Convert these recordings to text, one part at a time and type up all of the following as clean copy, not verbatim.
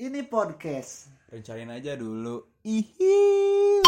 Ini podcast. Rencanain aja dulu. Ihiu.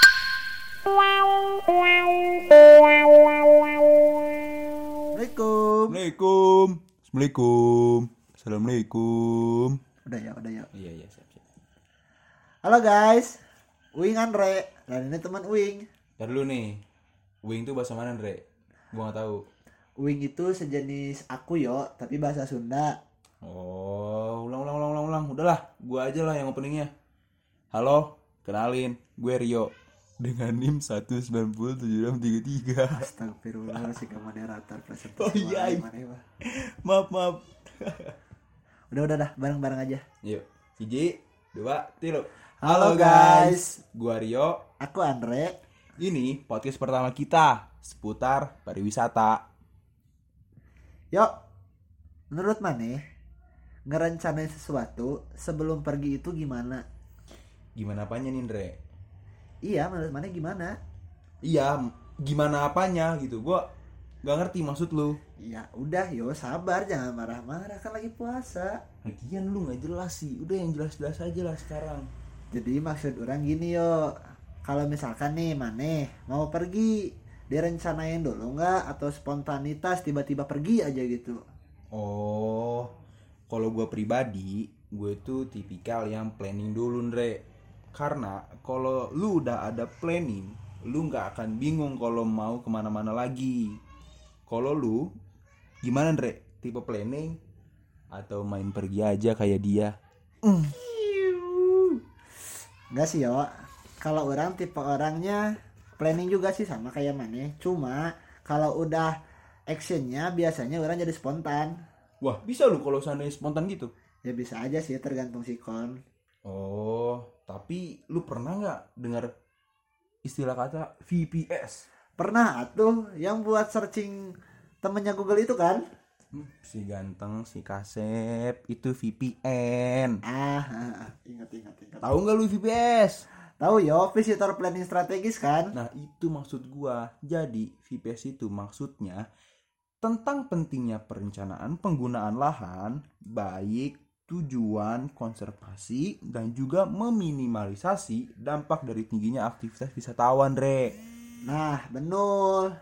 Assalamualaikum. Assalamualaikum. Assalamualaikum. Udah ya. Iya, siap. Halo guys, Wing Andre. Dan ini teman Wing. Ntar dulu nih. Wing tuh bahasa mana, Andre? Gua gak tahu. Wing itu sejenis aku yo, tapi bahasa Sunda. Oh, ulang. Udahlah, gua aja lah yang openingnya. Halo, kenalin, gue Rio. Dengan NIM 1907633. Astagfirullah, si moderator presentasi. Oh iya. Mana. Maaf. Udah dah, bareng-bareng aja. Yuk, 1, 2, 3. Halo guys. Gua Rio. Aku Andre. Ini podcast pertama kita seputar pariwisata. Yuk, menurut Maneh, ngerencanain sesuatu sebelum pergi itu gimana? Gimana apanya nih, Andre? Iya, menurut Maneh gimana? Iya, gimana apanya gitu. Gua gak ngerti maksud lu. Ya udah yo, sabar, jangan marah-marah, kan lagi puasa. Lagian lu gak jelas sih. Udah yang jelas-jelas aja lah sekarang. Jadi maksud orang gini yo, kalau misalkan nih Maneh mau pergi, direncanain dulu nggak, atau spontanitas tiba-tiba pergi aja gitu? Oh, kalau gua pribadi, gue tuh tipikal yang planning dulu, Andre. Karena kalau lu udah ada planning, lu gak akan bingung kalau mau kemana-mana lagi. Kalau lu gimana, Andre? Tipe planning atau main pergi aja kayak dia? Enggak sih yo, kalau orang tipe orangnya planning juga sih sama kayak Maneh. Cuma kalau udah actionnya biasanya orang jadi spontan. Wah, bisa lu kalau seandainya spontan gitu? Ya bisa aja sih, tergantung sikon. Oh, tapi lu pernah nggak dengar istilah kata VPS? Pernah atuh yang buat searching temennya Google itu kan? Si ganteng, si Kasep, itu VPN. Ingat. Tahu nggak lu VPS? Tahu yo, visitor planning strategis kan? Nah, itu maksud gua. Jadi, VPS itu maksudnya tentang pentingnya perencanaan penggunaan lahan, baik tujuan konservasi dan juga meminimalisasi dampak dari tingginya aktivitas wisatawan, Re. Nah, betul.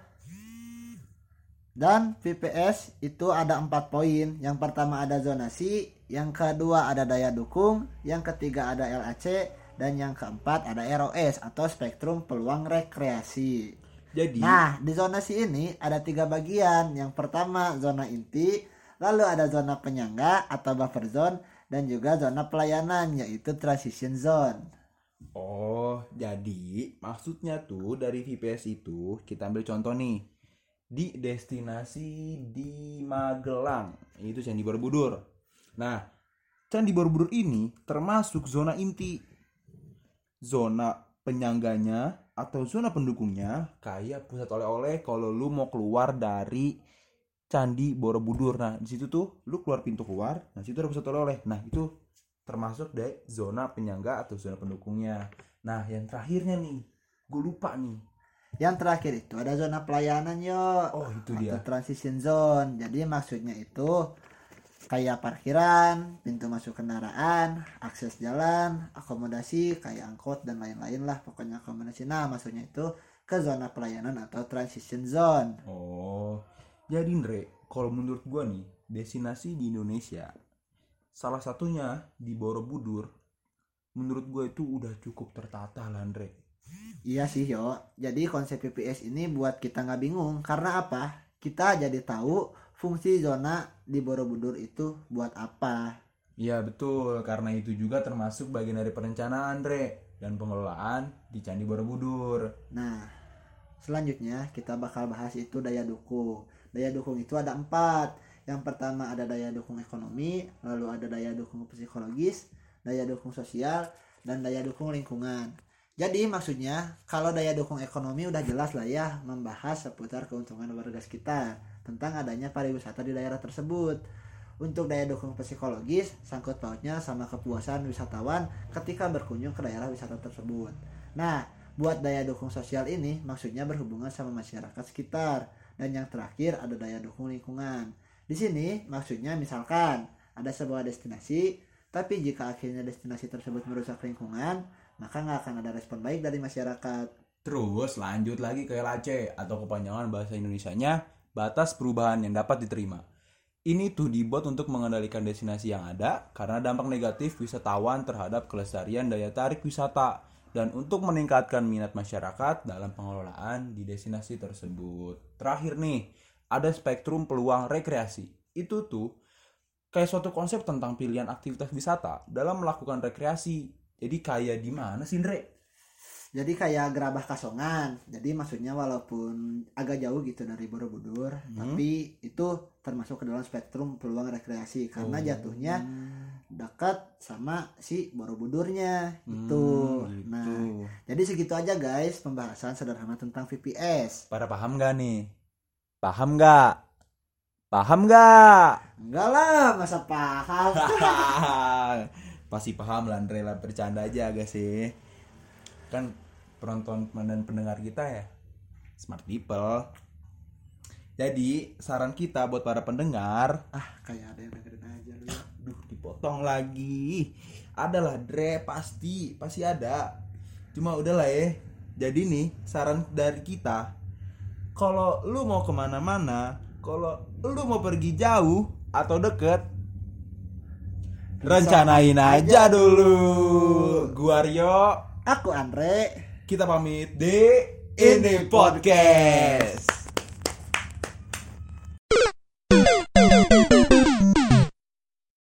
Dan VPS itu ada 4 poin. Yang pertama ada zonasi, yang kedua ada daya dukung, yang ketiga ada LAC, dan yang keempat ada ROS atau spektrum peluang rekreasi. Jadi, Nah, di zonasi ini ada 3 bagian. Yang pertama zona inti, lalu ada zona penyangga atau buffer zone, dan juga zona pelayanan yaitu transition zone. oh, jadi maksudnya tuh dari VPS itu kita ambil contoh nih di destinasi di Magelang, itu Candi Borobudur. Nah, Candi Borobudur ini termasuk zona inti. Zona penyangganya atau zona pendukungnya kayak pusat oleh-oleh kalau lu mau keluar dari Candi Borobudur. Nah, di situ tuh lu keluar pintu keluar, nah situ ada pusat oleh-oleh. Nah, itu termasuk dari zona penyangga atau zona pendukungnya. Nah, yang terakhirnya nih, gue lupa nih. Yang terakhir itu ada zona pelayanan yo. Oh, itu dia. Atau transition zone. Jadi maksudnya itu kayak parkiran, pintu masuk kendaraan, akses jalan, akomodasi kayak angkot dan lain-lain lah, pokoknya akomodasi. Nah, maksudnya itu ke zona pelayanan atau transition zone. Oh, jadi Andre, kalau menurut gua nih, destinasi di Indonesia, salah satunya di Borobudur, menurut gua itu udah cukup tertata lah, Andre. Iya sih yo. Jadi konsep PPS ini buat kita nggak bingung. Karena apa? Kita jadi tahu fungsi zona di Borobudur itu buat apa. Iya betul, karena itu juga termasuk bagian dari perencanaan, Andre, dan pengelolaan di Candi Borobudur. Nah, selanjutnya kita bakal bahas itu daya dukung. Daya dukung itu ada 4. Yang pertama ada daya dukung ekonomi, lalu ada daya dukung psikologis, daya dukung sosial, dan daya dukung lingkungan. Jadi maksudnya kalau daya dukung ekonomi udah jelas lah ya, membahas seputar keuntungan warga sekitar tentang adanya pariwisata di daerah tersebut. Untuk daya dukung psikologis, sangkut pautnya sama kepuasan wisatawan ketika berkunjung ke daerah wisata tersebut. Nah, buat daya dukung sosial ini maksudnya berhubungan sama masyarakat sekitar. Dan yang terakhir ada daya dukung lingkungan. Di sini maksudnya misalkan ada sebuah destinasi Tapi jika akhirnya destinasi tersebut merusak lingkungan, maka nggak akan ada respon baik dari masyarakat. Terus lanjut lagi ke LAC atau kepanjangan bahasa Indonesianya batas perubahan yang dapat diterima. Ini tuh dibuat untuk mengendalikan destinasi yang ada karena dampak negatif wisatawan terhadap kelestarian daya tarik wisata dan untuk meningkatkan minat masyarakat dalam pengelolaan di destinasi tersebut. Terakhir nih, ada spektrum peluang rekreasi. Itu tuh kayak suatu konsep tentang pilihan aktivitas wisata dalam melakukan rekreasi. Jadi kayak di mana sih, Ndre? Jadi kayak Gerabah Kasongan. Jadi maksudnya walaupun agak jauh gitu dari Borobudur, tapi itu termasuk ke dalam spektrum peluang rekreasi karena jatuhnya dekat sama si Borobudurnya gitu. Gitu. Nah, jadi segitu aja guys pembahasan sederhana tentang VPS. Pada paham gak nih? Paham gak? Paham gak? Enggak lah, masa paham. Pasti paham lah, Andre lah, bercanda aja agak sih. Kan penonton dan pendengar kita ya smart people. Jadi saran kita buat para pendengar, Kayak ada yang dengerin aja lu. duh dipotong lagi. Adalah Dre, pasti ada. Cuma udahlah ya. Jadi nih saran dari kita, kalau lu mau kemana-mana, kalau lu mau pergi jauh atau deket, rencanain aja dulu. Gua Rio, Aku Andre. kita pamit di ini podcast.